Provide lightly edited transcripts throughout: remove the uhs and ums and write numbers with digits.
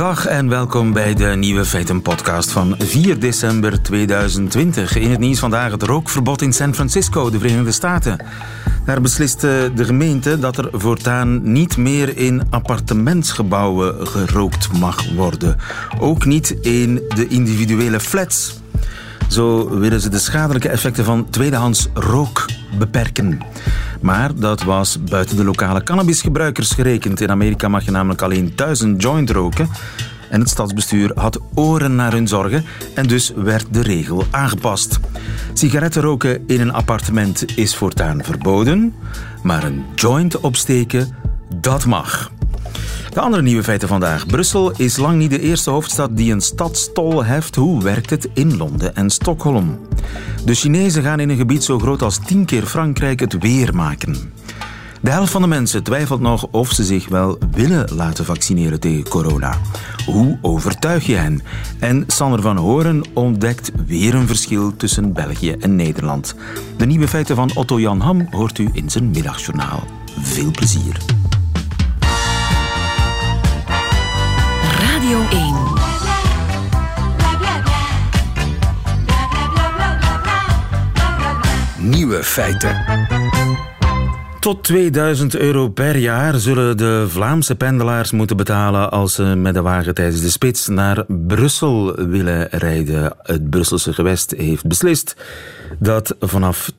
Dag en welkom bij de Nieuwe Feiten podcast van 4 december 2020. In het nieuws vandaag het rookverbod in San Francisco, de Verenigde Staten. Daar besliste de gemeente dat er voortaan niet meer in appartementsgebouwen gerookt mag worden. Ook niet in de individuele flats. Zo willen ze de schadelijke effecten van tweedehands rook beperken. Maar dat was buiten de lokale cannabisgebruikers gerekend. In Amerika mag je namelijk alleen 1000 joint roken. En het stadsbestuur had oren naar hun zorgen en dus werd de regel aangepast. Sigaretten roken in een appartement is voortaan verboden, maar een joint opsteken, dat mag. De andere nieuwe feiten vandaag. Brussel is lang niet de eerste hoofdstad die een stadstol heft. Hoe werkt het in Londen en Stockholm? De Chinezen gaan in een gebied zo groot als 10 keer Frankrijk het weer maken. De helft van de mensen twijfelt nog of ze zich wel willen laten vaccineren tegen corona. Hoe overtuig je hen? En Sander van Horen ontdekt weer een verschil tussen België en Nederland. De nieuwe feiten van Otto Jan Ham hoort u in zijn middagjournaal. Veel plezier. Radio 1. Nieuwe feiten. Tot 2000 euro per jaar zullen de Vlaamse pendelaars moeten betalen als ze met de wagen tijdens de spits naar Brussel willen rijden. Het Brusselse gewest heeft beslist dat vanaf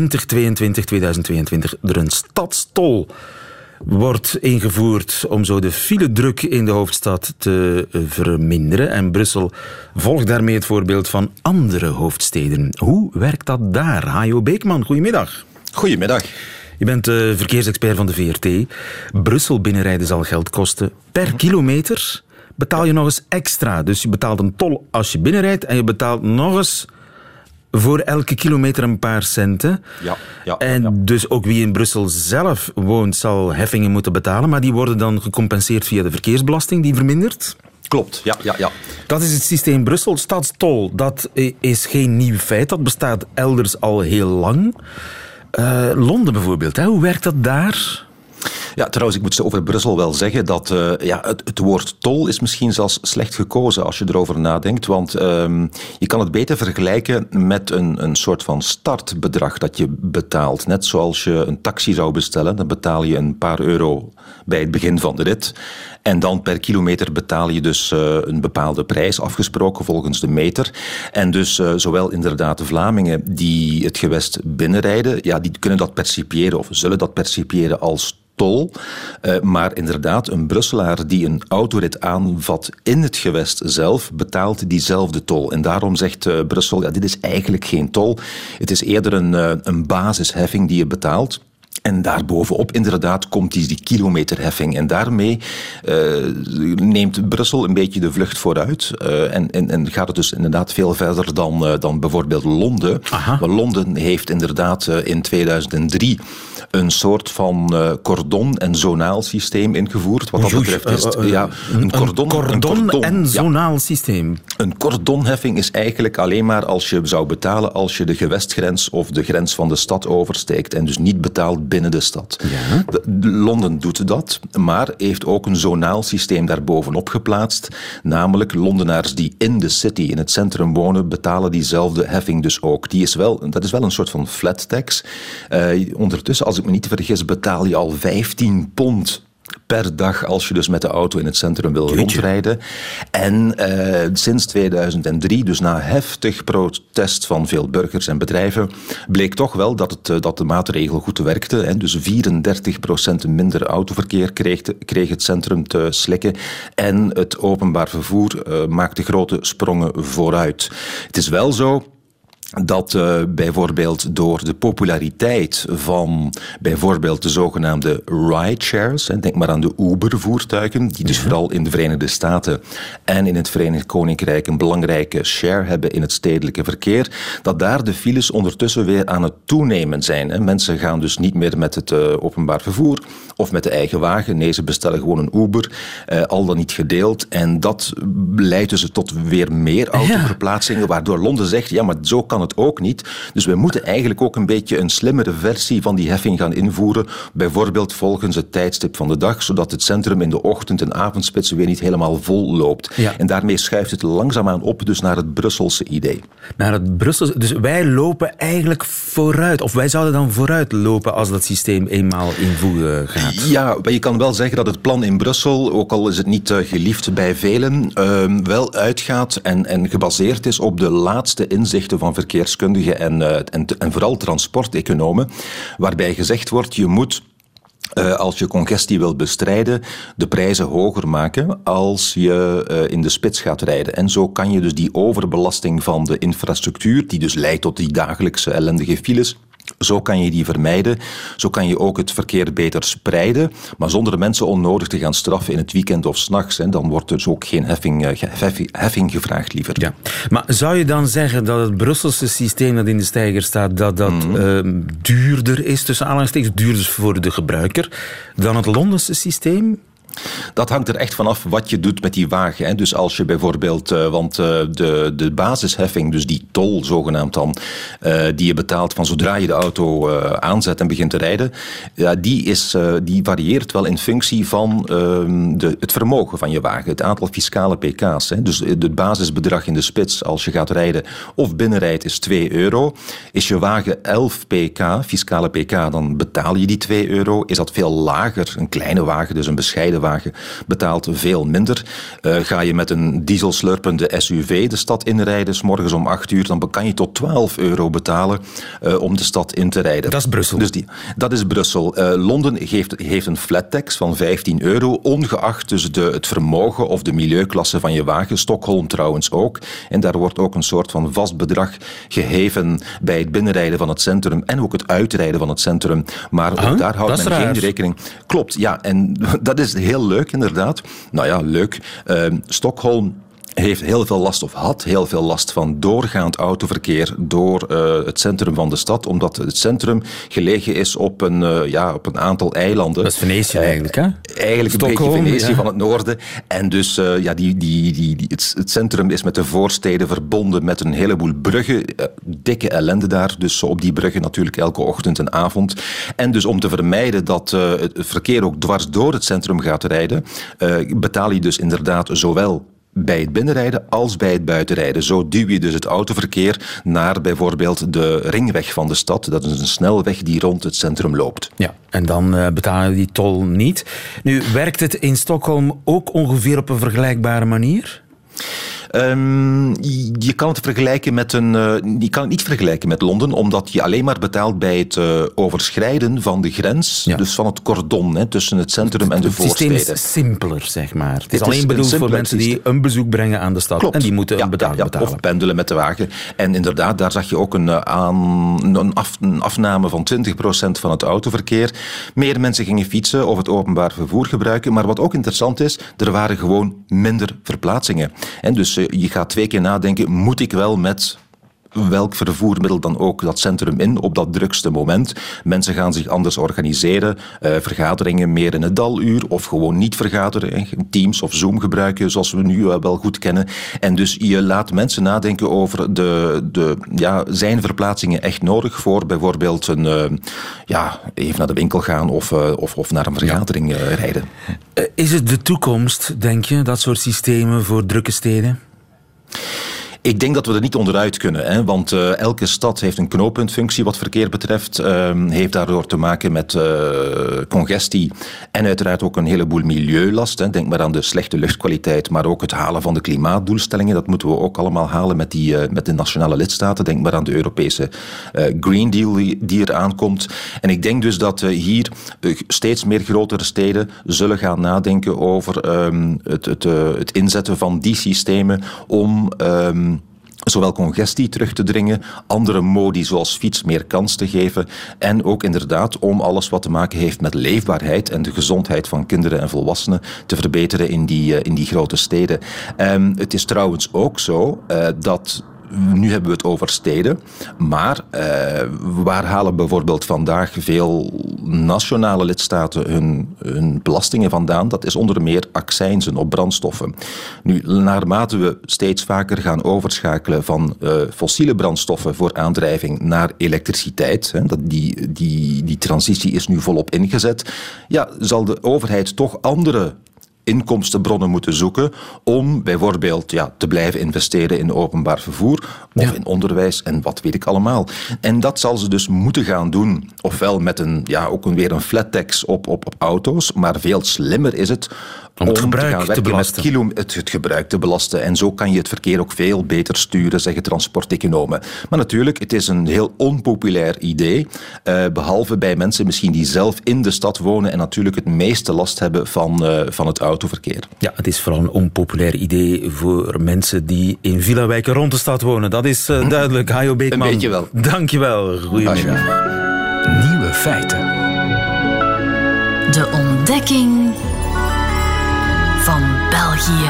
2022 er een stadstol wordt ingevoerd om zo de filedruk in de hoofdstad te verminderen. En Brussel volgt daarmee het voorbeeld van andere hoofdsteden. Hoe werkt dat daar? Hajo Beekman, goedemiddag. Goedemiddag. Je bent de verkeersexpert van de VRT. Brussel binnenrijden zal geld kosten. Per kilometer betaal je nog eens extra. Dus je betaalt een tol als je binnenrijdt en je betaalt nog eens voor elke kilometer een paar centen. Ja. Dus ook wie in Brussel zelf woont zal heffingen moeten betalen, maar die worden dan gecompenseerd via de verkeersbelasting die vermindert. Klopt, ja. Dat is het systeem Brussel. Stadstol, dat is geen nieuw feit. Dat bestaat elders al heel lang. Londen bijvoorbeeld, hè? Hoe werkt dat daar? Ja, trouwens, ik moet over Brussel wel zeggen dat het woord tol is misschien zelfs slecht gekozen als je erover nadenkt, want je kan het beter vergelijken met een soort van startbedrag dat je betaalt. Net zoals je een taxi zou bestellen, dan betaal je een paar euro bij het begin van de rit. En dan per kilometer betaal je dus een bepaalde prijs, afgesproken volgens de meter. En dus zowel inderdaad de Vlamingen die het gewest binnenrijden, ja, die kunnen dat percipiëren of zullen dat percipiëren als tol. Maar inderdaad, een Brusselaar die een autorit aanvat in het gewest zelf, betaalt diezelfde tol. En daarom zegt Brussel, ja, dit is eigenlijk geen tol. Het is eerder een basisheffing die je betaalt. En daarbovenop inderdaad komt die kilometerheffing. En daarmee neemt Brussel een beetje de vlucht vooruit. En gaat het dus inderdaad veel verder dan bijvoorbeeld Londen. Maar Londen heeft inderdaad in 2003 een soort van cordon- en zonaal systeem ingevoerd. Wat dat betreft is het een cordon en zonaal systeem. Een cordonheffing is eigenlijk alleen maar als je zou betalen als je de gewestgrens of de grens van de stad oversteekt en dus niet betaalt binnen de stad. Ja. Londen doet dat, maar heeft ook een zonaal systeem daarbovenop geplaatst. Namelijk Londenaars die in de city, in het centrum wonen, betalen diezelfde heffing dus ook. Dat is wel een soort van flat tax. Ondertussen, als ik me niet vergis, betaal je al 15 pond per dag als je dus met de auto in het centrum wil rondrijden. En sinds 2003, dus na heftig protest van veel burgers en bedrijven, bleek toch wel dat de maatregel goed werkte. Hè. Dus 34% minder autoverkeer kreeg het centrum te slikken. En het openbaar vervoer maakte grote sprongen vooruit. Het is wel zo dat bijvoorbeeld door de populariteit van bijvoorbeeld de zogenaamde rideshares, denk maar aan de Uber-voertuigen, die dus vooral in de Verenigde Staten en in het Verenigd Koninkrijk een belangrijke share hebben in het stedelijke verkeer, dat daar de files ondertussen weer aan het toenemen zijn. Mensen gaan dus niet meer met het openbaar vervoer of met de eigen wagen. Nee, ze bestellen gewoon een Uber, al dan niet gedeeld. En dat leidt dus tot weer meer autoverplaatsingen, waardoor Londen zegt, ja, maar zo kan kan het ook niet. Dus we moeten eigenlijk ook een beetje een slimmere versie van die heffing gaan invoeren, bijvoorbeeld volgens het tijdstip van de dag, zodat het centrum in de ochtend- en avondspitsen weer niet helemaal vol loopt. Ja. En daarmee schuift het langzaamaan op dus naar het Brusselse idee. Naar het Brusselse, dus wij lopen eigenlijk vooruit, of wij zouden dan vooruit lopen als dat systeem eenmaal in voegen gaat. Ja, maar je kan wel zeggen dat het plan in Brussel, ook al is het niet geliefd bij velen, wel uitgaat en gebaseerd is op de laatste inzichten van verkeerskundigen en vooral transporteconomen, waarbij gezegd wordt, je moet, als je congestie wil bestrijden, de prijzen hoger maken als je in de spits gaat rijden. En zo kan je dus die overbelasting van de infrastructuur, die dus leidt tot die dagelijkse ellendige files, zo kan je die vermijden. Zo kan je ook het verkeer beter spreiden, maar zonder de mensen onnodig te gaan straffen in het weekend of 's nachts. Dan wordt dus ook geen heffing gevraagd, liever. Ja. Maar zou je dan zeggen dat het Brusselse systeem dat in de steiger staat, dat duurder is, tussen aanhalingstekens, duurder voor de gebruiker, dan het Londense systeem? Dat hangt er echt vanaf wat je doet met die wagen. Hè. Dus als je bijvoorbeeld, de basisheffing, dus die tol zogenaamd dan, die je betaalt van zodra je de auto aanzet en begint te rijden, die varieert wel in functie van het vermogen van je wagen, het aantal fiscale pk's. Hè. Dus het basisbedrag in de spits als je gaat rijden of binnenrijdt is €2. Is je wagen 11 pk, fiscale pk, dan betaal je die €2. Is dat veel lager, een kleine wagen, dus een bescheiden wagen, betaalt veel minder. Ga je met een dieselslurpende SUV de stad inrijden, 's morgens om 8 uur, dan kan je tot €12 betalen om de stad in te rijden. Dat is Brussel. Dus dat is Brussel. Londen heeft een flat tax van €15, ongeacht dus het vermogen of de milieuklasse van je wagen. Stockholm trouwens ook. En daar wordt ook een soort van vast bedrag geheven bij het binnenrijden van het centrum en ook het uitrijden van het centrum. Maar daar houdt men geen rekening. Klopt, ja. En dat is heel leuk, inderdaad. Nou ja, leuk. Stockholm heeft heel veel last, of had heel veel last van doorgaand autoverkeer door het centrum van de stad, omdat het centrum gelegen is op een aantal eilanden. Dat is Venetië eigenlijk, hè? Eigenlijk Stockholm, een beetje Venetië van het noorden. En dus het centrum is met de voorsteden verbonden met een heleboel bruggen. Dikke ellende daar, dus op die bruggen natuurlijk elke ochtend en avond. En dus om te vermijden dat het verkeer ook dwars door het centrum gaat rijden, betaal je dus inderdaad zowel bij het binnenrijden als bij het buitenrijden. Zo duw je dus het autoverkeer naar bijvoorbeeld de ringweg van de stad. Dat is een snelweg die rond het centrum loopt. Ja, en dan betalen we die tol niet. Nu, werkt het in Stockholm ook ongeveer op een vergelijkbare manier? Je kan het vergelijken met je kan het niet vergelijken met Londen, omdat je alleen maar betaalt bij het overschrijden van de grens, dus van het cordon tussen het centrum en de voorsteden. Het systeem is simpeler, zeg maar. Het is alleen bedoeld voor mensen die een bezoek brengen aan de stad. Klopt. En die moeten een bedrag betalen. Of pendelen met de wagen. En inderdaad, daar zag je ook een afname van 20% van het autoverkeer. Meer mensen gingen fietsen of het openbaar vervoer gebruiken. Maar wat ook interessant is, er waren gewoon minder verplaatsingen. En dus je gaat 2 keer nadenken, moet ik wel met welk vervoermiddel dan ook dat centrum in op dat drukste moment? Mensen gaan zich anders organiseren, vergaderingen meer in het daluur of gewoon niet vergaderen, Teams of Zoom gebruiken zoals we nu wel goed kennen. En dus je laat mensen nadenken over zijn verplaatsingen echt nodig voor bijvoorbeeld even naar de winkel gaan of naar een vergadering rijden. Is het de toekomst, denk je, dat soort systemen voor drukke steden? Ik denk dat we er niet onderuit kunnen, want elke stad heeft een knooppuntfunctie wat verkeer betreft, heeft daardoor te maken met congestie en uiteraard ook een heleboel milieulast. Denk maar aan de slechte luchtkwaliteit, maar ook het halen van de klimaatdoelstellingen. Dat moeten we ook allemaal halen met de nationale lidstaten. Denk maar aan de Europese Green Deal die er aankomt. En ik denk dus dat hier steeds meer grotere steden zullen gaan nadenken over het inzetten van die systemen om zowel congestie terug te dringen, andere modi zoals fiets meer kans te geven en ook inderdaad om alles wat te maken heeft met leefbaarheid en de gezondheid van kinderen en volwassenen te verbeteren in die grote steden. Het is trouwens ook zo dat nu hebben we het over steden. Maar waar halen bijvoorbeeld vandaag veel nationale lidstaten hun belastingen vandaan? Dat is onder meer accijnzen op brandstoffen. Nu, naarmate we steeds vaker gaan overschakelen van fossiele brandstoffen voor aandrijving naar elektriciteit, die transitie is nu volop ingezet, zal de overheid toch andere inkomstenbronnen moeten zoeken om bijvoorbeeld te blijven investeren in openbaar vervoer of in onderwijs en wat weet ik allemaal. En dat zal ze dus moeten gaan doen, ofwel met weer een flat tax op auto's, maar veel slimmer is het om het gebruik te belasten. Het gebruik te belasten. En zo kan je het verkeer ook veel beter sturen, zeggen transporteconomen. Maar natuurlijk, het is een heel onpopulair idee. Behalve bij mensen misschien die zelf in de stad wonen en natuurlijk het meeste last hebben van het autoverkeer. Ja, het is vooral een onpopulair idee voor mensen die in villawijken rond de stad wonen. Dat is duidelijk. Hajo Beekman. Een beetje wel. Dankjewel. Goedemiddag. Nieuwe feiten. De ontdekking van België.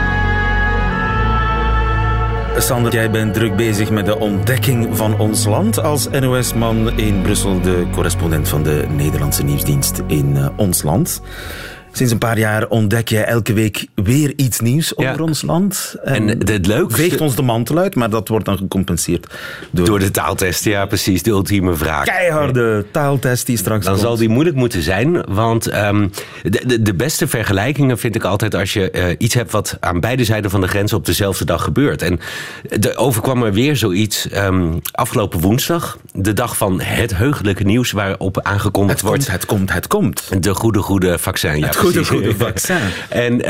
Sander, jij bent druk bezig met de ontdekking van ons land als NOS-man in Brussel, de correspondent van de Nederlandse nieuwsdienst in ons land. Sinds een paar jaar ontdek jij elke week weer iets nieuws over ons land. En het leukste... Veegt ons de mantel uit, maar dat wordt dan gecompenseerd door de taaltest, ja precies, de ultieme vraag. Keiharde taaltest die straks dan komt. Zal die moeilijk moeten zijn, want de beste vergelijkingen vind ik altijd als je iets hebt wat aan beide zijden van de grens op dezelfde dag gebeurt. En er overkwam er weer zoiets afgelopen woensdag, de dag van het heugelijke nieuws waarop aangekondigd wordt... Het komt. De goede vaccin, ja. Het goede vaccin. En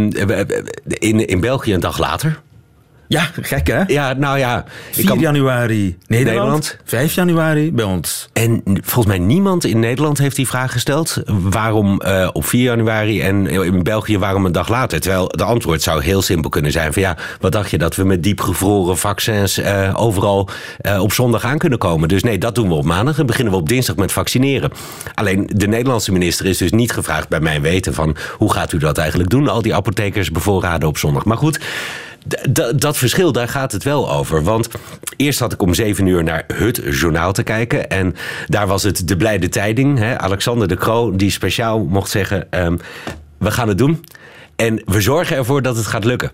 in België een dag later... Ja, gek hè? Ja, nou ja. 4 januari Nederland, 5 januari bij ons. En volgens mij niemand in Nederland heeft die vraag gesteld. Waarom op 4 januari en in België waarom een dag later? Terwijl de antwoord zou heel simpel kunnen zijn van wat dacht je dat we met diepgevroren vaccins overal op zondag aan kunnen komen? Dus nee, dat doen we op maandag en beginnen we op dinsdag met vaccineren. Alleen de Nederlandse minister is dus niet gevraagd bij mijn weten van hoe gaat u dat eigenlijk doen? Al die apothekers bevoorraden op zondag. Maar goed... Dat verschil, daar gaat het wel over. Want eerst had ik om 7 uur naar het journaal te kijken. En daar was het de blijde tijding. Hè? Alexander De Croo, die speciaal mocht zeggen... we gaan het doen. En we zorgen ervoor dat het gaat lukken.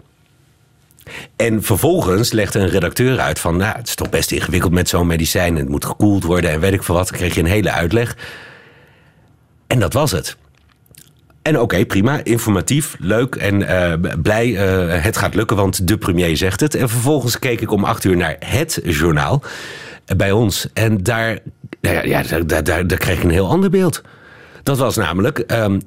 En vervolgens legde een redacteur uit van... het is toch best ingewikkeld met zo'n medicijn. Het moet gekoeld worden en weet ik veel wat. Dan kreeg je een hele uitleg. En dat was het. En oké, prima, informatief, leuk en blij. Het gaat lukken, want de premier zegt het. En vervolgens keek ik om 8 uur naar het journaal bij ons. En daar kreeg ik een heel ander beeld. Dat was namelijk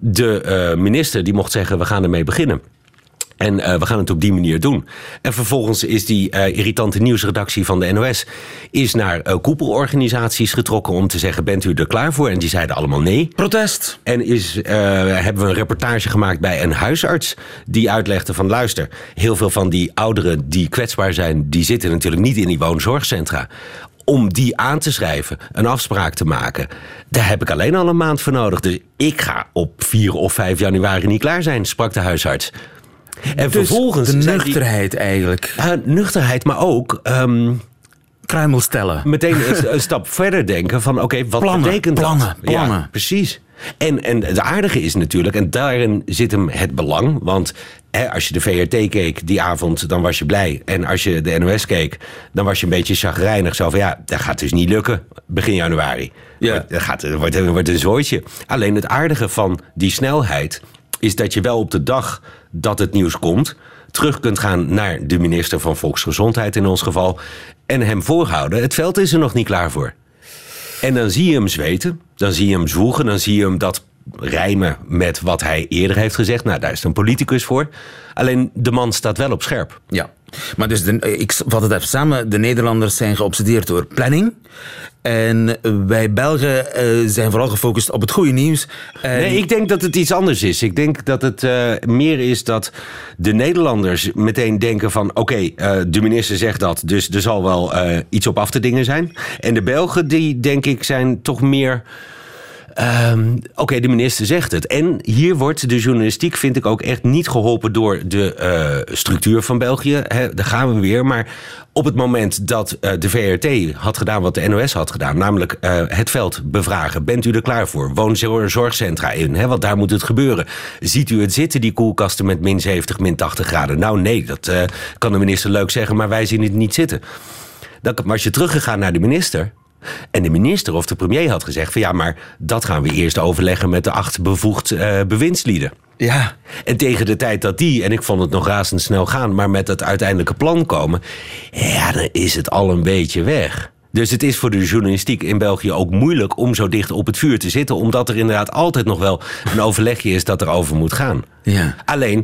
de minister die mocht zeggen... we gaan ermee beginnen. En we gaan het op die manier doen. En vervolgens is die irritante nieuwsredactie van de NOS... is naar koepelorganisaties getrokken om te zeggen... bent u er klaar voor? En die zeiden allemaal nee. Protest. En hebben we een reportage gemaakt bij een huisarts... die uitlegde van luister... heel veel van die ouderen die kwetsbaar zijn... die zitten natuurlijk niet in die woonzorgcentra... Om die aan te schrijven, een afspraak te maken... daar heb ik alleen al een maand voor nodig. Dus ik ga op 4 of 5 januari niet klaar zijn, sprak de huisarts... En dus vervolgens de nuchterheid eigenlijk. Nuchterheid, maar ook... kruimel stellen. Meteen een stap verder denken van oké, wat betekent dat? Plannen. Ja, precies. En het aardige is natuurlijk, en daarin zit hem het belang... want als je de VRT keek die avond, dan was je blij. En als je de NOS keek, dan was je een beetje chagrijnig. Zo van dat gaat dus niet lukken begin januari. Ja. Dat wordt een zooitje. Alleen het aardige van die snelheid... is dat je wel op de dag dat het nieuws komt... terug kunt gaan naar de minister van Volksgezondheid in ons geval... en hem voorhouden, het veld is er nog niet klaar voor. En dan zie je hem zweten, dan zie je hem zwoegen... dan zie je hem dat rijmen met wat hij eerder heeft gezegd. Nou, daar is een politicus voor. Alleen de man staat wel op scherp. Ja, maar dus ik vat het even samen. De Nederlanders zijn geobsedeerd door planning... En wij Belgen zijn vooral gefocust op het goede nieuws. Nee, ik denk dat het iets anders is. Ik denk dat het meer is dat de Nederlanders meteen denken van... oké, de minister zegt dat, dus er zal wel iets op af te dingen zijn. En de Belgen, die denk ik zijn toch meer... Oké, de minister zegt het. En hier wordt de journalistiek, vind ik ook echt niet geholpen door de structuur van België. Daar gaan we weer. Maar op het moment dat de VRT had gedaan wat de NOS had gedaan, namelijk het veld bevragen. Bent u er klaar voor? Woonzorgcentra in, want daar moet het gebeuren. Ziet u het zitten, die koelkasten met min 70, min 80 graden? Nou nee, dat kan de minister leuk zeggen, maar wij zien het niet zitten. Dan was je teruggegaan naar de minister. En de minister of de premier had gezegd van ja, maar dat gaan we eerst overleggen met de 8 bevoegd bewindslieden. Ja. En tegen de tijd dat die, en ik vond het nog razendsnel gaan, maar met het uiteindelijke plan komen, ja, dan is het al een beetje weg. Dus het is voor de journalistiek in België ook moeilijk om zo dicht op het vuur te zitten, omdat er inderdaad altijd nog wel een overlegje is dat er over moet gaan. Ja. Alleen,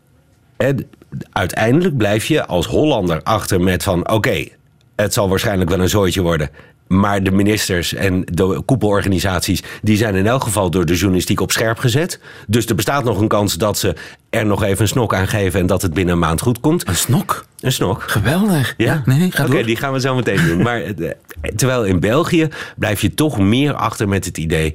uiteindelijk blijf je als Hollander achter met van oké, het zal waarschijnlijk wel een zooitje worden. Maar de ministers en de koepelorganisaties, die zijn in elk geval door de journalistiek op scherp gezet. Dus er bestaat nog een kans dat ze er nog even een snok aan geven en dat het binnen een maand goed komt. Een snok? Een snok. Geweldig. Ja? Nee, ga door. Oké, die gaan we zo meteen doen. Maar terwijl in België blijf je toch meer achter met het idee.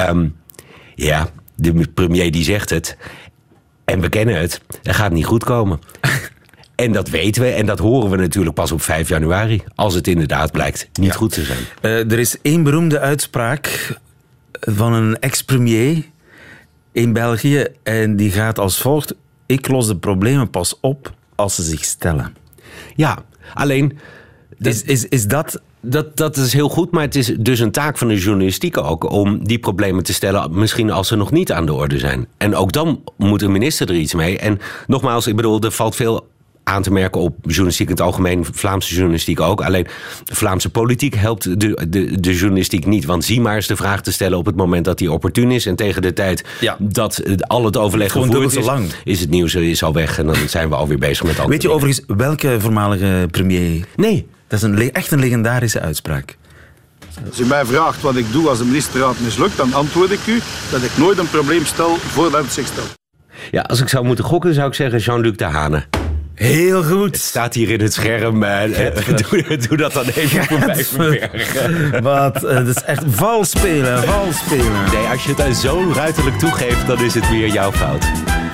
Ja, de premier die zegt het. En we kennen het. Het gaat niet goed komen. En dat weten we en dat horen we natuurlijk pas op 5 januari. Als het inderdaad blijkt niet goed te zijn. Er is één beroemde uitspraak van een ex-premier in België. En die gaat als volgt. Ik los de problemen pas op als ze zich stellen. Ja, alleen Is dat... Dat is heel goed, maar het is dus een taak van de journalistiek ook om die problemen te stellen, misschien als ze nog niet aan de orde zijn. En ook dan moet een minister er iets mee. En nogmaals, ik bedoel, er valt veel aan te merken op journalistiek in het algemeen, Vlaamse journalistiek ook. Alleen de Vlaamse politiek helpt de journalistiek niet. Want zie maar eens de vraag te stellen op het moment dat die opportun is. En tegen de tijd dat al het overleg gevoerd is het nieuws is al weg. En dan zijn we alweer bezig met andere Weet je dingen. overigens welke voormalige premier? Nee. Dat is echt een legendarische uitspraak. Als u mij vraagt wat ik doe als de ministerraad mislukt, dan antwoord ik u dat ik nooit een probleem stel voordat het zich stelt. Ja, als ik zou moeten gokken, zou ik zeggen Jean-Luc Dehaene. Heel goed. Het staat hier in het scherm. Doe dat dan even voor mij verbergen. Wat? Dat is echt vals spelen. Nee, als je het dan zo ruiterlijk toegeeft, dan is het weer jouw fout.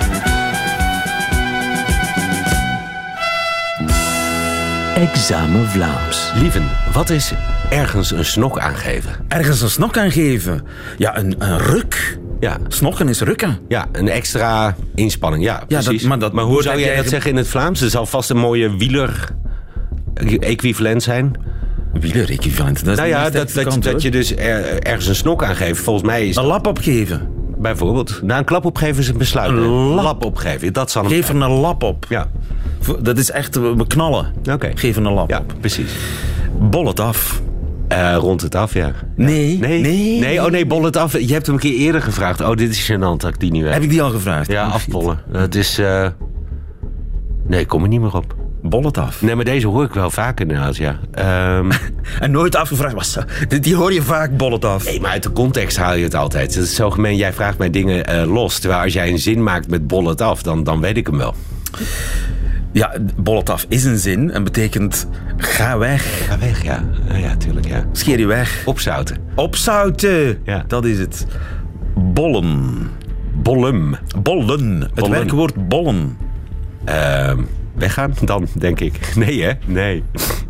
Examen Vlaams. Lieven, wat is ergens een snok aangeven? Ergens een snok aangeven. Ja, een ruk. Ja. Snokken is rukken. Ja, een extra inspanning. Ja, precies. Maar hoe woord zou heb jij jij dat zeggen in het Vlaams? Er zal vast een mooie wieler-equivalent zijn. Wieler-equivalent? Nou ja, dat je dus ergens een snok aangeeft. Volgens mij is een lap opgeven. Bijvoorbeeld. Na een klap opgeven is een besluit. Een lap opgeven. Dat zal Geef er een lap op. Ja. Dat is echt, we knallen. Oké. Geef er een lap op. Precies. Bol het af. Rond het af, ja. Nee. Oh nee, bol het af. Je hebt hem een keer eerder gevraagd. Oh, dit is gênant dat ik die niet weet. Heb ik die al gevraagd? Ja, afbollen. Dat is... Nee, ik kom er niet meer op. Bol het af. Nee, maar deze hoor ik wel vaak inderdaad, ja. En nooit afgevraagd. Die hoor je vaak, bol het af. Nee, maar uit de context haal je het altijd. Het is zo gemeen, jij vraagt mij dingen los. Terwijl als jij een zin maakt met bol het af, dan weet ik hem wel. Ja, bol het af is een zin en betekent ga weg. Ga weg, ja. Ja, tuurlijk, ja. Scheer je weg. Opzouten. Opzouten. Ja. Dat is het. Bollen. Bollen. Het werkwoord bollen. Weggaan dan, denk ik. Nee, hè? Nee.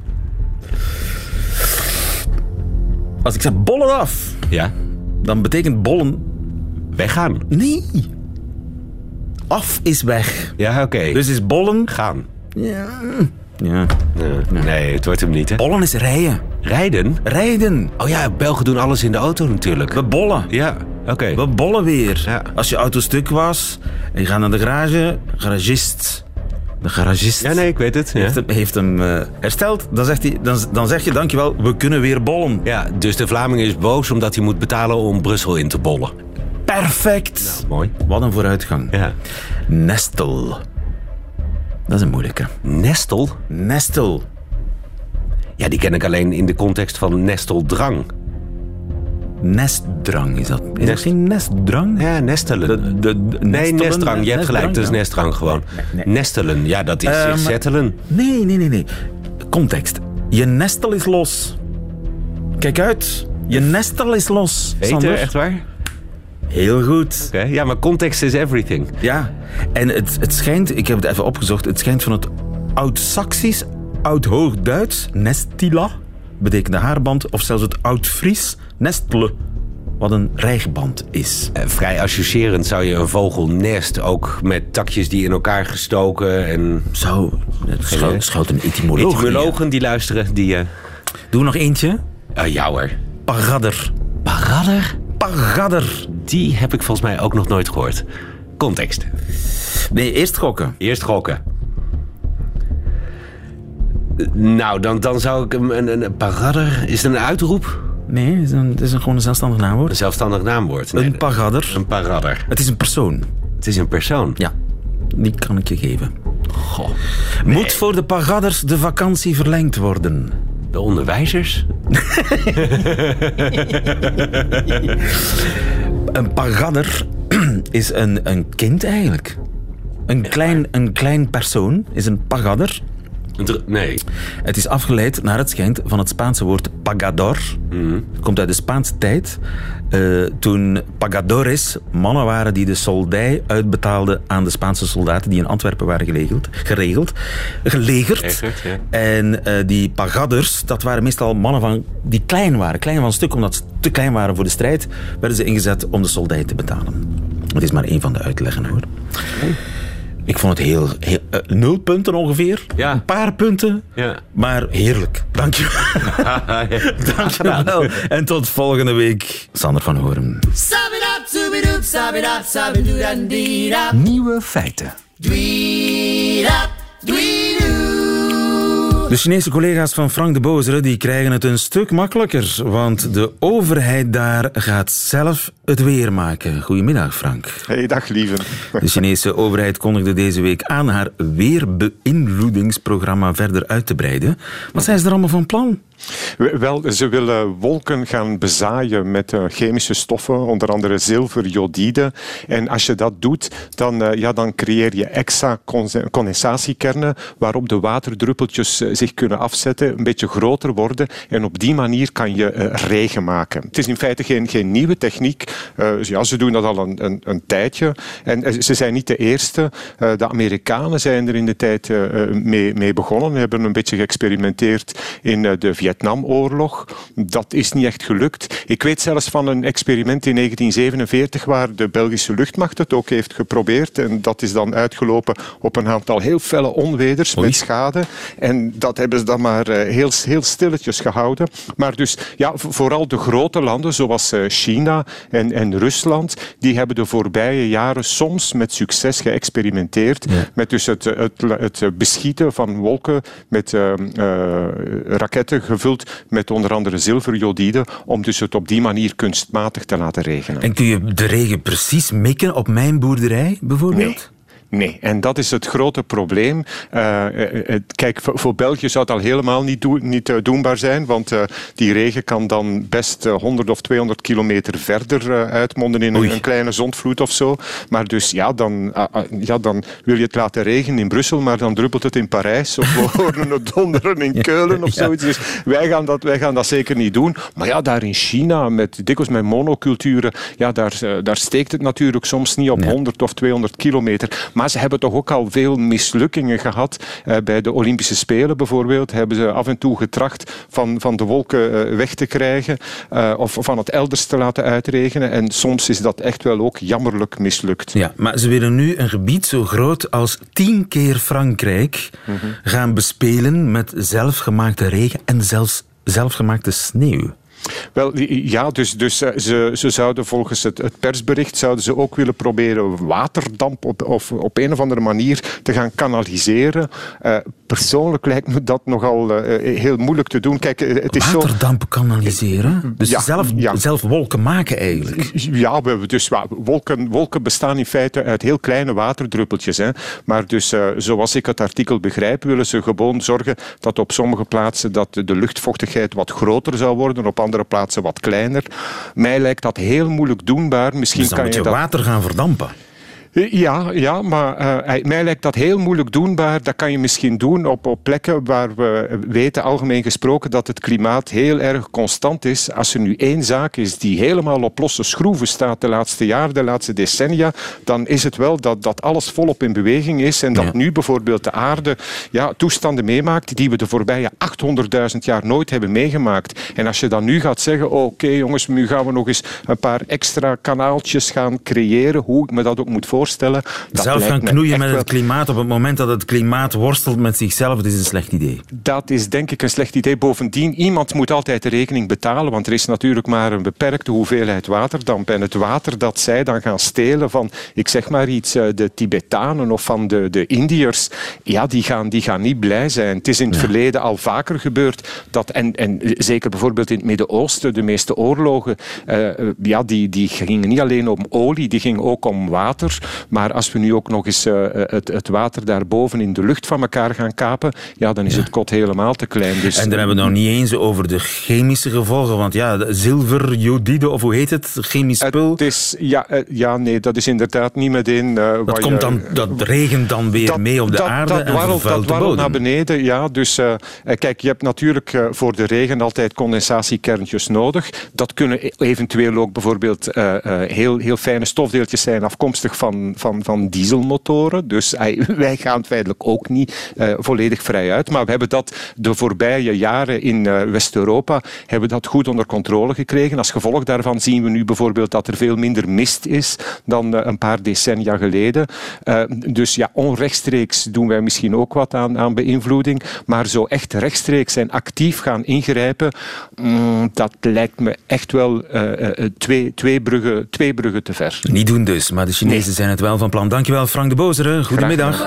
Als ik zeg bollen af, Ja? dan betekent bollen... Weggaan. Nee. Af is weg. Ja, oké. Dus is bollen... Gaan. Ja. Nee, het wordt hem niet, hè? Bollen is rijden. Rijden? Oh ja, Belgen doen alles in de auto natuurlijk. We bollen. Ja, oké. We bollen weer. Ja. Als je auto stuk was en je gaat naar de garage, de garagist Ja, nee, ik weet het. Ja. heeft hem hersteld. Dan zeg je dankjewel, we kunnen weer bollen. Ja, dus de Vlaming is boos omdat hij moet betalen om Brussel in te bollen. Perfect. Nou, mooi. Wat een vooruitgang. Ja. Nestel. Dat is een moeilijke. Nestel? Ja, die ken ik alleen in de context van nesteldrang. Nestdrang is dat. Is dat geen nestdrang? Ja, nestelen. Nee, nestdrang. Je hebt gelijk, dat is nestdrang gewoon. Nee. Nestelen, ja, dat is settelen. Nee. Context. Je nestel is los. Kijk uit. Je nestel is los. Peter, Sander. echt waar? Heel goed. Okay. Ja, maar context is everything. Ja, en het schijnt, ik heb het even opgezocht, het schijnt van het Oud-Saxisch, Oud-Hoogduits, nestila, betekent haarband, of zelfs het Oud-Fries, nestle, wat een rijgband is. Vrij associërend zou je een vogelnest ook met takjes die in elkaar gestoken en... Schuilt een etymoloog. Etymologen die luisteren, die... Doe nog eentje. Ja hoor. Pagadder. Pagadder? Pagadder. Die heb ik volgens mij ook nog nooit gehoord. Context. Nee, eerst gokken. Eerst gokken. Nou, dan zou ik een pagadder... Is het een uitroep? Nee, het is gewoon een zelfstandig naamwoord. Een zelfstandig naamwoord. Nee, een pagadder. Een pagadder. Het is een persoon. Het is een persoon? Ja, die kan ik je geven. Goh. Nee. Moet voor de pagadders de vakantie verlengd worden? De onderwijzers? Een pagadder is een kind eigenlijk. Een klein persoon is een pagadder. Nee. Het is afgeleid, naar het schijnt, van het Spaanse woord pagador. Het komt uit de Spaanse tijd. Toen pagadores mannen waren die de soldij uitbetaalden aan de Spaanse soldaten die in Antwerpen waren gelegerd. Ja. En die pagadders, dat waren meestal mannen die klein van stuk, omdat ze te klein waren voor de strijd, werden ze ingezet om de soldij te betalen. Het is maar één van de uitleggen, hoor. Ik vond het heel 0 punten ongeveer. Ja. Een paar punten. Ja. Maar heerlijk. Dank je. Dank je wel. En tot volgende week. Sander van Hoorn. Nieuwe feiten. De Chinese collega's van Frank de Bozere die krijgen het een stuk makkelijker, want de overheid daar gaat zelf het weer maken. Goedemiddag, Frank. Hey, dag lieve. De Chinese overheid kondigde deze week aan haar weerbeïnvloedingsprogramma verder uit te breiden. Wat zijn ze er allemaal van plan? Wel, ze willen wolken gaan bezaaien met chemische stoffen, onder andere zilver, jodide. En als je dat doet, dan creëer je extra condensatiekernen waarop de waterdruppeltjes zich kunnen afzetten, een beetje groter worden. En op die manier kan je regen maken. Het is in feite geen nieuwe techniek. Ze doen dat al een tijdje. En ze zijn niet de eerste. De Amerikanen zijn er in de tijd mee begonnen. We hebben een beetje geëxperimenteerd in de Vietnamoorlog. Dat is niet echt gelukt. Ik weet zelfs van een experiment in 1947 waar de Belgische luchtmacht het ook heeft geprobeerd. En dat is dan uitgelopen op een aantal heel felle onweders met schade. En dat hebben ze dan maar heel stilletjes gehouden. Maar dus, ja, vooral de grote landen zoals China en Rusland, die hebben de voorbije jaren soms met succes geëxperimenteerd met dus het beschieten van wolken met raketten gevuld met onder andere zilverjodide, om dus het op die manier kunstmatig te laten regenen. En kun je de regen precies mikken op mijn boerderij, bijvoorbeeld? Nee, en dat is het grote probleem. Kijk, voor België zou het al helemaal niet doenbaar zijn, want die regen kan dan best 100 of 200 kilometer verder uitmonden in een kleine zondvloed of zo. Maar dus dan wil je het laten regenen in Brussel, maar dan druppelt het in Parijs, of we horen het donderen in Keulen of zoiets. Dus wij gaan dat zeker niet doen. Maar ja, daar in China, dikwijls met monoculturen, daar steekt het natuurlijk soms niet op 100 of 200 kilometer. Maar ze hebben toch ook al veel mislukkingen gehad. Bij de Olympische Spelen bijvoorbeeld hebben ze af en toe getracht van de wolken weg te krijgen of van het elders te laten uitregenen. En soms is dat echt wel ook jammerlijk mislukt. Ja, maar ze willen nu een gebied zo groot als 10 keer Frankrijk gaan bespelen met zelfgemaakte regen en zelfs zelfgemaakte sneeuw. Wel, ja, dus ze zouden volgens het persbericht zouden ze ook willen proberen waterdamp op een of andere manier te gaan kanaliseren. Persoonlijk lijkt me dat nogal heel moeilijk te doen. Kijk, het is waterdamp kanaliseren? Dus zelf wolken maken eigenlijk? Ja, wolken bestaan in feite uit heel kleine waterdruppeltjes. Hè. Maar dus, zoals ik het artikel begrijp, willen ze gewoon zorgen dat op sommige plaatsen dat de luchtvochtigheid wat groter zou worden, op andere plaatsen wat kleiner. Mij lijkt dat heel moeilijk doenbaar. Misschien dus dan moet je water gaan verdampen. Ja, maar mij lijkt dat heel moeilijk doenbaar. Dat kan je misschien doen op plekken waar we weten, algemeen gesproken, dat het klimaat heel erg constant is. Als er nu één zaak is die helemaal op losse schroeven staat de laatste jaren, de laatste decennia, dan is het wel dat alles volop in beweging is en dat nu bijvoorbeeld de aarde toestanden meemaakt die we de voorbije 800.000 jaar nooit hebben meegemaakt. En als je dan nu gaat zeggen, oké, jongens, nu gaan we nog eens een paar extra kanaaltjes gaan creëren, hoe ik me dat ook moet voorstellen. Zelf gaan knoeien met het klimaat op het moment dat het klimaat worstelt met zichzelf, dat is een slecht idee. Dat is denk ik een slecht idee. Bovendien, iemand moet altijd de rekening betalen, want er is natuurlijk maar een beperkte hoeveelheid waterdamp. En het water dat zij dan gaan stelen van, ik zeg maar iets, de Tibetanen of van de Indiërs, die gaan niet blij zijn. Het is in het verleden al vaker gebeurd dat, en zeker bijvoorbeeld in het Midden-Oosten, de meeste oorlogen, die gingen niet alleen om olie, die gingen ook om water. Maar als we nu ook nog eens het water daarboven in de lucht van elkaar gaan kapen, dan is het kot helemaal te klein. Dus, en dan hebben we het nog niet eens over de chemische gevolgen, want zilver, jodide, of hoe heet het? Chemisch spul? Het is, nee, dat is inderdaad niet meteen... dat regent dan weer mee op de aarde en vervuilt de bodem. Naar beneden, dus kijk, je hebt natuurlijk voor de regen altijd condensatiekerntjes nodig. Dat kunnen eventueel ook bijvoorbeeld heel fijne stofdeeltjes zijn afkomstig van dieselmotoren. Dus wij gaan feitelijk ook niet volledig vrij uit. Maar we hebben dat de voorbije jaren in West-Europa hebben dat goed onder controle gekregen. Als gevolg daarvan zien we nu bijvoorbeeld dat er veel minder mist is dan een paar decennia geleden. Dus onrechtstreeks doen wij misschien ook wat aan beïnvloeding. Maar zo echt rechtstreeks en actief gaan ingrijpen, dat lijkt me echt wel twee bruggen te ver. Niet doen dus, maar de Chinezen zijn het wel van plan. Dankjewel, Frank de Bozere. Goedemiddag.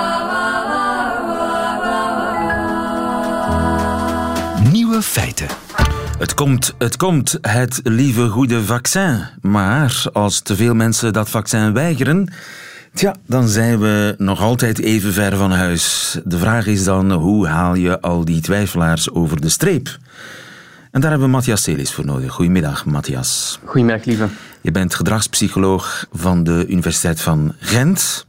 Nieuwe feiten. Het komt, het lieve goede vaccin. Maar als te veel mensen dat vaccin weigeren, dan zijn we nog altijd even ver van huis. De vraag is dan, hoe haal je al die twijfelaars over de streep? En daar hebben we Matthias Selis voor nodig. Goedemiddag, Matthias. Goedemiddag, lieve. Je bent gedragspsycholoog van de Universiteit van Gent.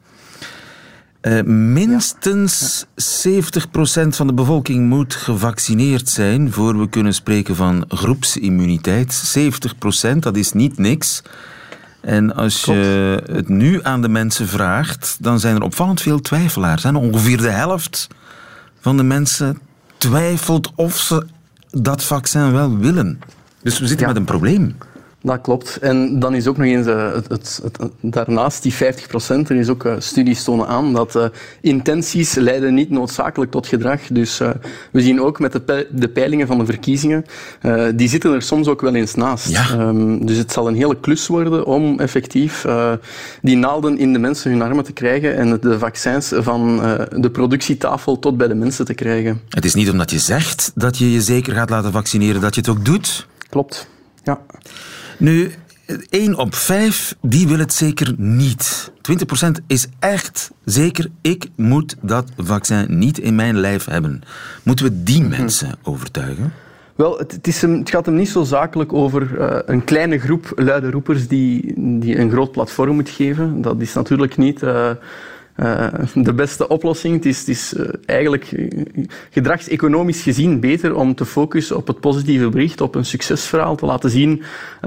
Minstens 70% van de bevolking moet gevaccineerd zijn voor we kunnen spreken van groepsimmuniteit. 70%, dat is niet niks. En als je het nu aan de mensen vraagt, dan zijn er opvallend veel twijfelaars. Ongeveer de helft van de mensen twijfelt of ze dat vaccin wel willen. Dus we zitten met een probleem. Dat klopt. En dan is ook nog eens daarnaast die 50%, er is ook studies tonen aan dat intenties leiden niet noodzakelijk tot gedrag. Dus we zien ook met de peilingen van de verkiezingen, die zitten er soms ook wel eens naast. Ja. Dus het zal een hele klus worden om effectief die naalden in de mensen hun armen te krijgen en de vaccins van de productietafel tot bij de mensen te krijgen. Het is niet omdat je zegt dat je je zeker gaat laten vaccineren dat je het ook doet. Klopt, ja. Nu, 1 op 5, die wil het zeker niet. 20% is echt zeker, ik moet dat vaccin niet in mijn lijf hebben. Moeten we die mensen overtuigen? Wel, het gaat hem niet zo zakelijk over een kleine groep luide roepers die een groot platform moet geven. Dat is natuurlijk niet de beste oplossing. Het is eigenlijk gedragseconomisch gezien beter om te focussen op het positieve bericht, op een succesverhaal, te laten zien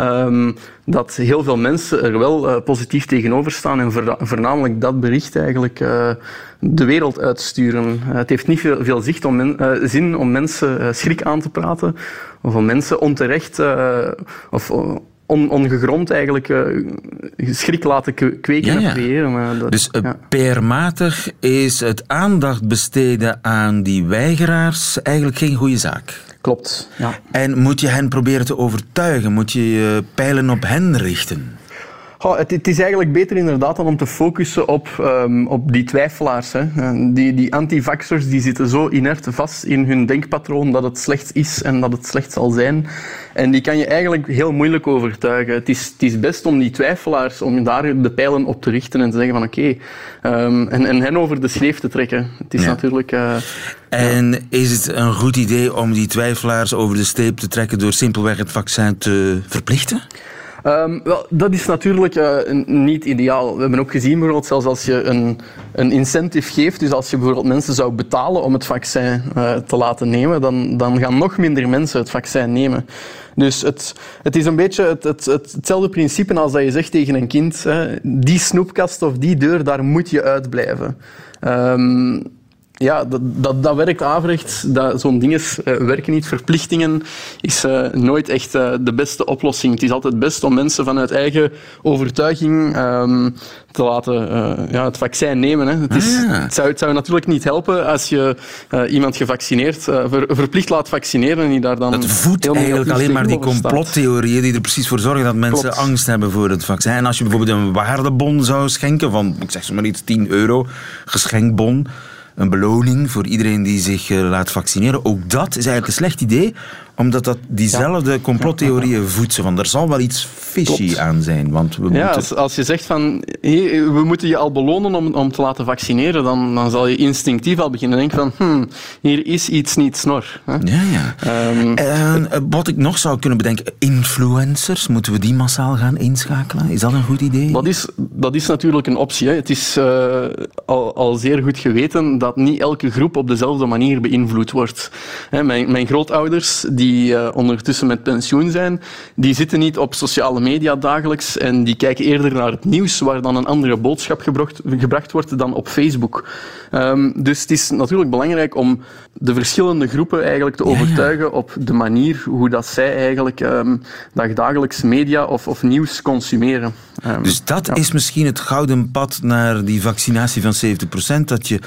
dat heel veel mensen er wel positief tegenover staan en voornamelijk dat bericht eigenlijk de wereld uitsturen. Het heeft niet veel zin om mensen schrik aan te praten of om mensen onterecht of ongegrond eigenlijk schrik laten kweken en creëren. Maar dus PR-matig is het aandacht besteden aan die weigeraars eigenlijk geen goede zaak. Klopt, ja. En moet je hen proberen te overtuigen? Moet je je pijlen op hen richten? Het is eigenlijk beter inderdaad dan om te focussen op die twijfelaars. Hè. Die antivaxers die zitten zo inert vast in hun denkpatroon dat het slecht is en dat het slecht zal zijn. En die kan je eigenlijk heel moeilijk overtuigen. Het is best om die twijfelaars, om daar de pijlen op te richten en te zeggen van oké, en hen over de schreef te trekken. Het is natuurlijk... En is het een goed idee om die twijfelaars over de streep te trekken door simpelweg het vaccin te verplichten? Wel, dat is natuurlijk niet ideaal. We hebben ook gezien, bijvoorbeeld, zelfs als je een incentive geeft, dus als je bijvoorbeeld mensen zou betalen om het vaccin te laten nemen, dan gaan nog minder mensen het vaccin nemen. Dus het is een beetje hetzelfde principe als dat je zegt tegen een kind, die snoepkast of die deur, daar moet je uitblijven. Ja, dat werkt averechts. Zo'n dingen werken niet. Verplichtingen is nooit echt de beste oplossing. Het is altijd best om mensen vanuit eigen overtuiging te laten het vaccin nemen. Hè. Het zou natuurlijk niet helpen als je iemand gevaccineerd verplicht laat vaccineren en die daar dan... Dat voedt eigenlijk alleen maar die complottheorieën die er precies voor zorgen dat mensen angst hebben voor het vaccin. En als je bijvoorbeeld een waardebon zou schenken van, ik zeg zo maar iets, €10, geschenkbon, een beloning voor iedereen die zich laat vaccineren. Ook dat is eigenlijk een slecht idee, omdat dat diezelfde complottheorieën voedt. Van, er zal wel iets fishy aan zijn. Want we moeten... Als je zegt van, we moeten je al belonen om te laten vaccineren, dan zal je instinctief al beginnen denken van, hier is iets niet snor. Hè? Wat ik nog zou kunnen bedenken, influencers, moeten we die massaal gaan inschakelen? Is dat een goed idee? Dat is natuurlijk een optie. Hè. Het is al zeer goed geweten dat niet elke groep op dezelfde manier beïnvloed wordt. Hè, mijn grootouders, die ondertussen met pensioen zijn, die zitten niet op sociale media dagelijks en die kijken eerder naar het nieuws waar dan een andere boodschap gebracht wordt dan op Facebook. Dus het is natuurlijk belangrijk om de verschillende groepen eigenlijk te overtuigen op de manier hoe dat zij eigenlijk dagelijks media of nieuws consumeren. Dus dat is misschien het gouden pad naar die vaccinatie van 70%, dat je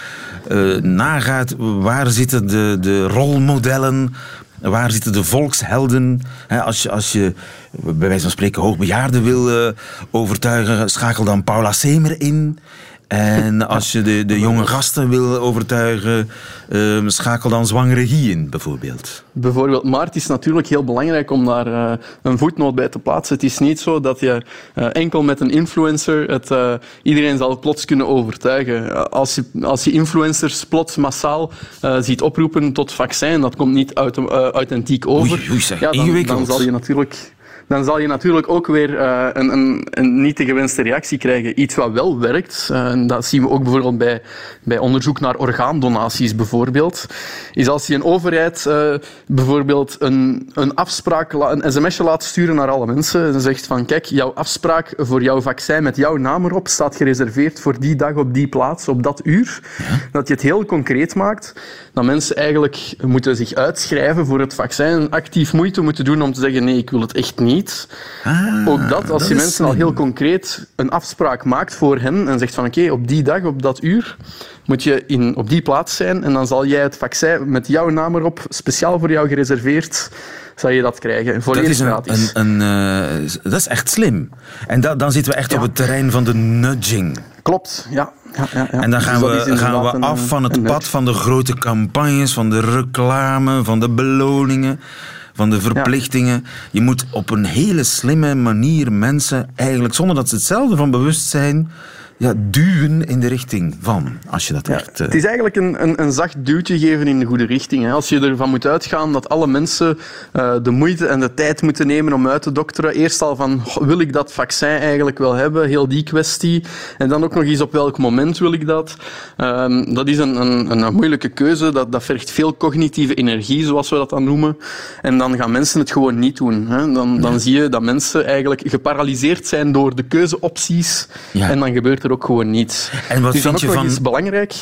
nagaat waar zitten de rolmodellen, waar zitten de volkshelden. Als je bij wijze van spreken hoogbejaarden wil overtuigen, schakel dan Paula Semer in. En als je de jonge gasten wil overtuigen, schakel dan zwangere Guy in, bijvoorbeeld. Maar het is natuurlijk heel belangrijk om daar een voetnoot bij te plaatsen. Het is niet zo dat je enkel met een influencer iedereen zal plots kunnen overtuigen. Als je influencers plots massaal ziet oproepen tot vaccin, dat komt niet authentiek over. Dan zal je natuurlijk ook weer een niet te gewenste reactie krijgen. Iets wat wel werkt, en dat zien we ook bijvoorbeeld bij onderzoek naar orgaandonaties bijvoorbeeld, is als je een overheid bijvoorbeeld een afspraak, een sms'je laat sturen naar alle mensen en zegt van kijk, jouw afspraak voor jouw vaccin met jouw naam erop staat gereserveerd voor die dag op die plaats, op dat uur. Ja. Dat je het heel concreet maakt, dat mensen eigenlijk moeten zich uitschrijven voor het vaccin, actief moeite moeten doen om te zeggen nee, ik wil het echt niet. Ook dat, als je mensen al heel concreet een afspraak maakt voor hen en zegt van oké, op die dag, op dat uur, moet je op die plaats zijn en dan zal jij het vaccin met jouw naam erop, speciaal voor jou gereserveerd, zal je dat krijgen. Volledig gratis. Dat is echt slim. En dan zitten we echt op het terrein van de nudging. Klopt, ja. En dan gaan we af van het pad van de grote campagnes, van de reclame, van de beloningen, van de verplichtingen. Ja. Je moet op een hele slimme manier mensen eigenlijk, zonder dat ze het zelf van bewust zijn, duwen in de richting van, als je dat echt... Het is eigenlijk een zacht duwtje geven in de goede richting. Hè. Als je ervan moet uitgaan dat alle mensen de moeite en de tijd moeten nemen om uit te dokteren. Eerst al van, wil ik dat vaccin eigenlijk wel hebben? Heel die kwestie. En dan ook nog eens op welk moment wil ik dat? Dat is een moeilijke keuze. Dat vergt veel cognitieve energie, zoals we dat dan noemen. En dan gaan mensen het gewoon niet doen. Hè. Dan zie je dat mensen eigenlijk geparalyseerd zijn door de keuzeopties. Ja. En dan gebeurt er ook gewoon niets. En wat het is dan vind ook je nog eens belangrijk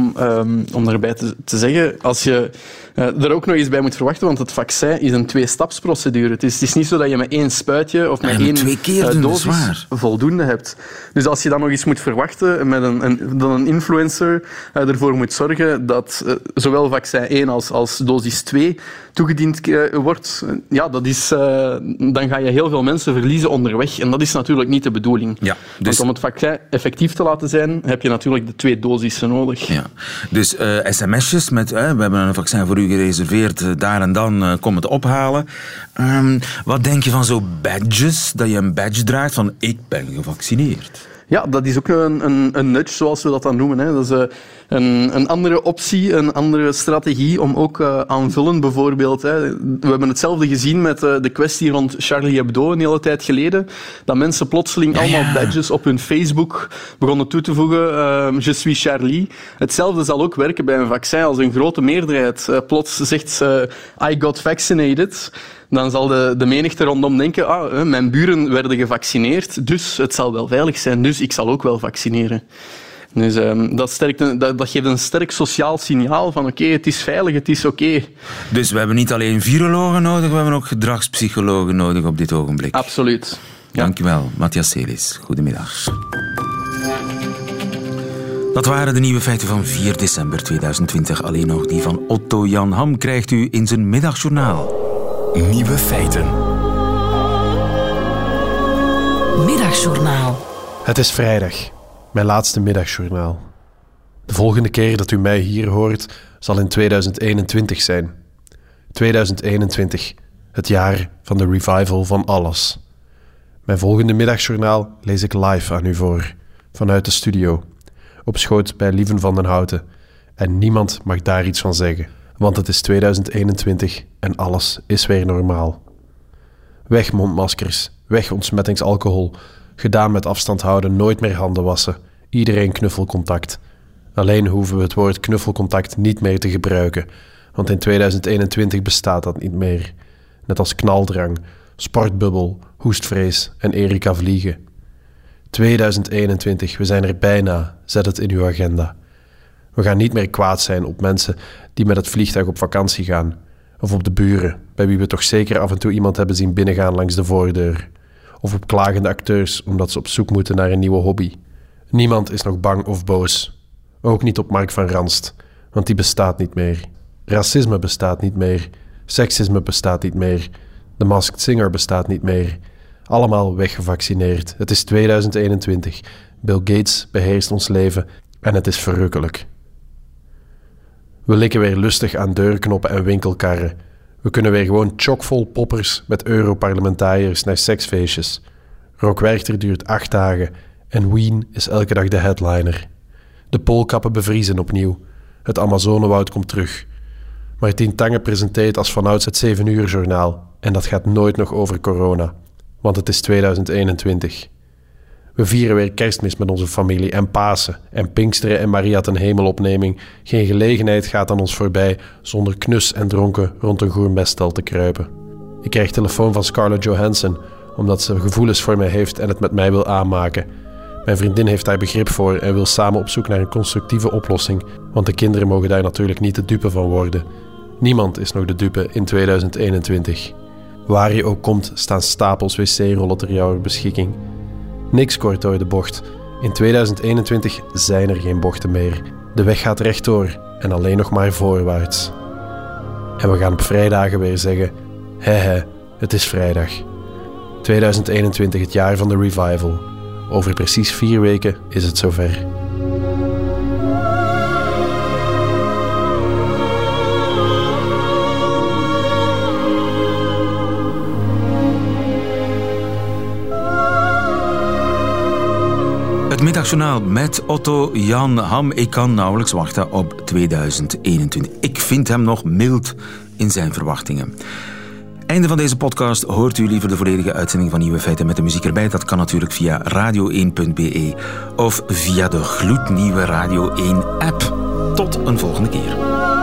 om daarbij te zeggen, als je er ook nog eens bij moet verwachten, want het vaccin is een 2-stapsprocedure. Het is niet zo dat je met 1 spuitje of met 1 dosis voldoende hebt. Dus als je dan nog eens moet verwachten met dat een influencer ervoor moet zorgen dat zowel vaccin 1 als dosis 2 toegediend wordt, dan ga je heel veel mensen verliezen onderweg. En dat is natuurlijk niet de bedoeling. Ja, dus... Want om het vaccin effectief te laten zijn, heb je natuurlijk de 2 dosissen nodig. Ja. Dus sms'jes met, we hebben een vaccin voor u gereserveerd, daar en dan kom het ophalen. Wat denk je van zo badges, dat je een badge draagt van ik ben gevaccineerd? Ja, dat is ook een nudge, zoals we dat dan noemen. Hè. Dat is een andere optie, een andere strategie om ook aanvullend bijvoorbeeld... Hè. We hebben hetzelfde gezien met de kwestie rond Charlie Hebdo een hele tijd geleden. Dat mensen plotseling allemaal badges op hun Facebook begonnen toe te voegen. Je suis Charlie. Hetzelfde zal ook werken bij een vaccin. Als een grote meerderheid plots zegt I got vaccinated... Dan zal de menigte rondom denken, mijn buren werden gevaccineerd, dus het zal wel veilig zijn, dus ik zal ook wel vaccineren. Dus dat geeft een sterk sociaal signaal van oké, het is veilig, het is oké. Dus we hebben niet alleen virologen nodig, we hebben ook gedragspsychologen nodig op dit ogenblik. Absoluut. Ja. Dankjewel, Matthias Selis. Goedemiddag. Dat waren de nieuwe feiten van 4 december 2020. Alleen nog die van Otto Jan Ham krijgt u in zijn middagjournaal. Nieuwe feiten. Middagjournaal. Het is vrijdag, mijn laatste middagjournaal. De volgende keer dat u mij hier hoort, zal in 2021 zijn. 2021, het jaar van de revival van alles. Mijn volgende middagjournaal lees ik live aan u voor, vanuit de studio, op schoot bij Lieven van den Houten. En niemand mag daar iets van zeggen. Want het is 2021 en alles is weer normaal. Weg mondmaskers, weg ontsmettingsalcohol, gedaan met afstand houden, nooit meer handen wassen, iedereen knuffelcontact. Alleen hoeven we het woord knuffelcontact niet meer te gebruiken, want in 2021 bestaat dat niet meer. Net als knaldrang, sportbubbel, hoestvrees en Erika Vliegen. 2021, we zijn er bijna, zet het in uw agenda. We gaan niet meer kwaad zijn op mensen die met het vliegtuig op vakantie gaan. Of op de buren, bij wie we toch zeker af en toe iemand hebben zien binnengaan langs de voordeur. Of op klagende acteurs, omdat ze op zoek moeten naar een nieuwe hobby. Niemand is nog bang of boos. Ook niet op Mark van Ranst, want die bestaat niet meer. Racisme bestaat niet meer. Seksisme bestaat niet meer. De Masked Singer bestaat niet meer. Allemaal weggevaccineerd. Het is 2021. Bill Gates beheerst ons leven en het is verrukkelijk. We likken weer lustig aan deurknoppen en winkelkarren. We kunnen weer gewoon chockvol poppers met Europarlementariërs naar seksfeestjes. Rock Werchter duurt 8 dagen en Ween is elke dag de headliner. De poolkappen bevriezen opnieuw. Het Amazonewoud komt terug. Martien Tange presenteert als vanouds het 7-uur-journaal en dat gaat nooit nog over corona, want het is 2021. We vieren weer Kerstmis met onze familie en Pasen en Pinksteren en Maria ten Hemelopneming. Geen gelegenheid gaat aan ons voorbij zonder knus en dronken rond een gourmetstal te kruipen. Ik krijg telefoon van Scarlett Johansson omdat ze gevoelens voor mij heeft en het met mij wil aanmaken. Mijn vriendin heeft daar begrip voor en wil samen op zoek naar een constructieve oplossing, want de kinderen mogen daar natuurlijk niet de dupe van worden. Niemand is nog de dupe in 2021. Waar je ook komt, staan stapels wc-rollen ter jouw beschikking. Niks kort door de bocht. In 2021 zijn er geen bochten meer. De weg gaat rechtdoor en alleen nog maar voorwaarts. En we gaan op vrijdagen weer zeggen, het is vrijdag. 2021, het jaar van de revival. Over precies 4 weken is het zover. Het middagjournaal met Otto Jan Ham. Ik kan nauwelijks wachten op 2021. Ik vind hem nog mild in zijn verwachtingen. Einde van deze podcast. Hoort u liever de volledige uitzending van Nieuwe Feiten met de muziek erbij? Dat kan natuurlijk via radio1.be of via de gloednieuwe Radio 1 app. Tot een volgende keer.